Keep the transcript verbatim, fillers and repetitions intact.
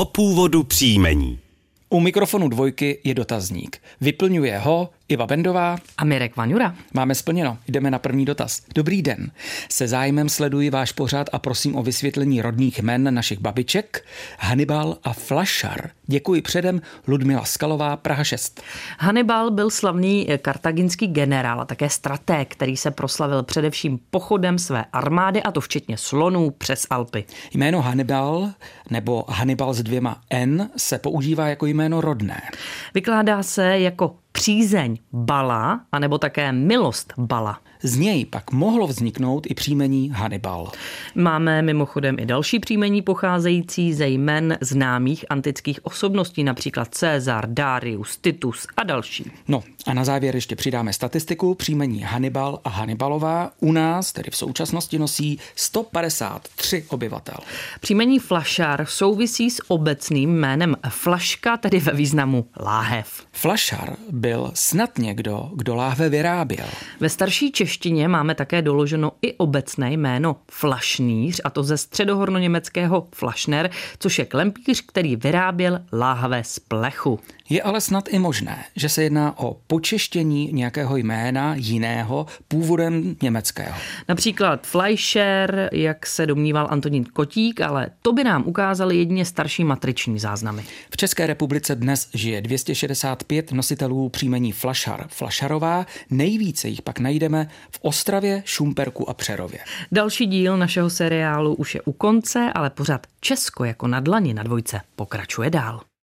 o původu příjmení. U mikrofonu dvojky je dotazník. Vyplňuje ho Iva Bendová a Mirek Vaňura. Máme splněno. Jdeme na první dotaz. Dobrý den. Se zájmem sleduji váš pořad a prosím o vysvětlení rodných jmen našich babiček Hannibal a Flašar. Děkuji předem. Ludmila Skalová, Praha šest. Hannibal byl slavný kartaginský generál a také stratég, který se proslavil především pochodem své armády, a to včetně slonů přes Alpy. Jméno Hannibal nebo Hannibal s dvěma N se používá jako jméno rodné. Vykládá se jako přízeň Bala, anebo také milost Bala. Z něj pak mohlo vzniknout i příjmení Hannibal. Máme mimochodem i další příjmení pocházející ze jmen známých antických osobností, například Cezar, Darius, Titus a další. No a na závěr ještě přidáme statistiku. Příjmení Hannibal a Hannibalová u nás, tedy v současnosti, nosí sto padesát tři obyvatel. Příjmení Flašar souvisí s obecným jménem flaška, tedy ve významu láhev. Flašar byl snad někdo, kdo láhve vyráběl. Ve starší češtině máme také doloženo i obecné jméno flašnýř, a to ze středohornoněmeckého Flašner, což je klempíř, který vyráběl láhve z plechu. Je ale snad i možné, že se jedná o počeštění nějakého jména jiného původem německého. Například Fleischer, jak se domníval Antonín Kotík, ale to by nám ukázaly jedině starší matriční záznamy. V České republice dnes žije dvě stě šedesát pět nositelů příjmení Flašar, Flašarová, nejvíce jich pak najdeme v Ostravě, Šumperku a Přerově. Další díl našeho seriálu už je u konce, ale pořad Česko jako na dlani na dvojce pokračuje dál.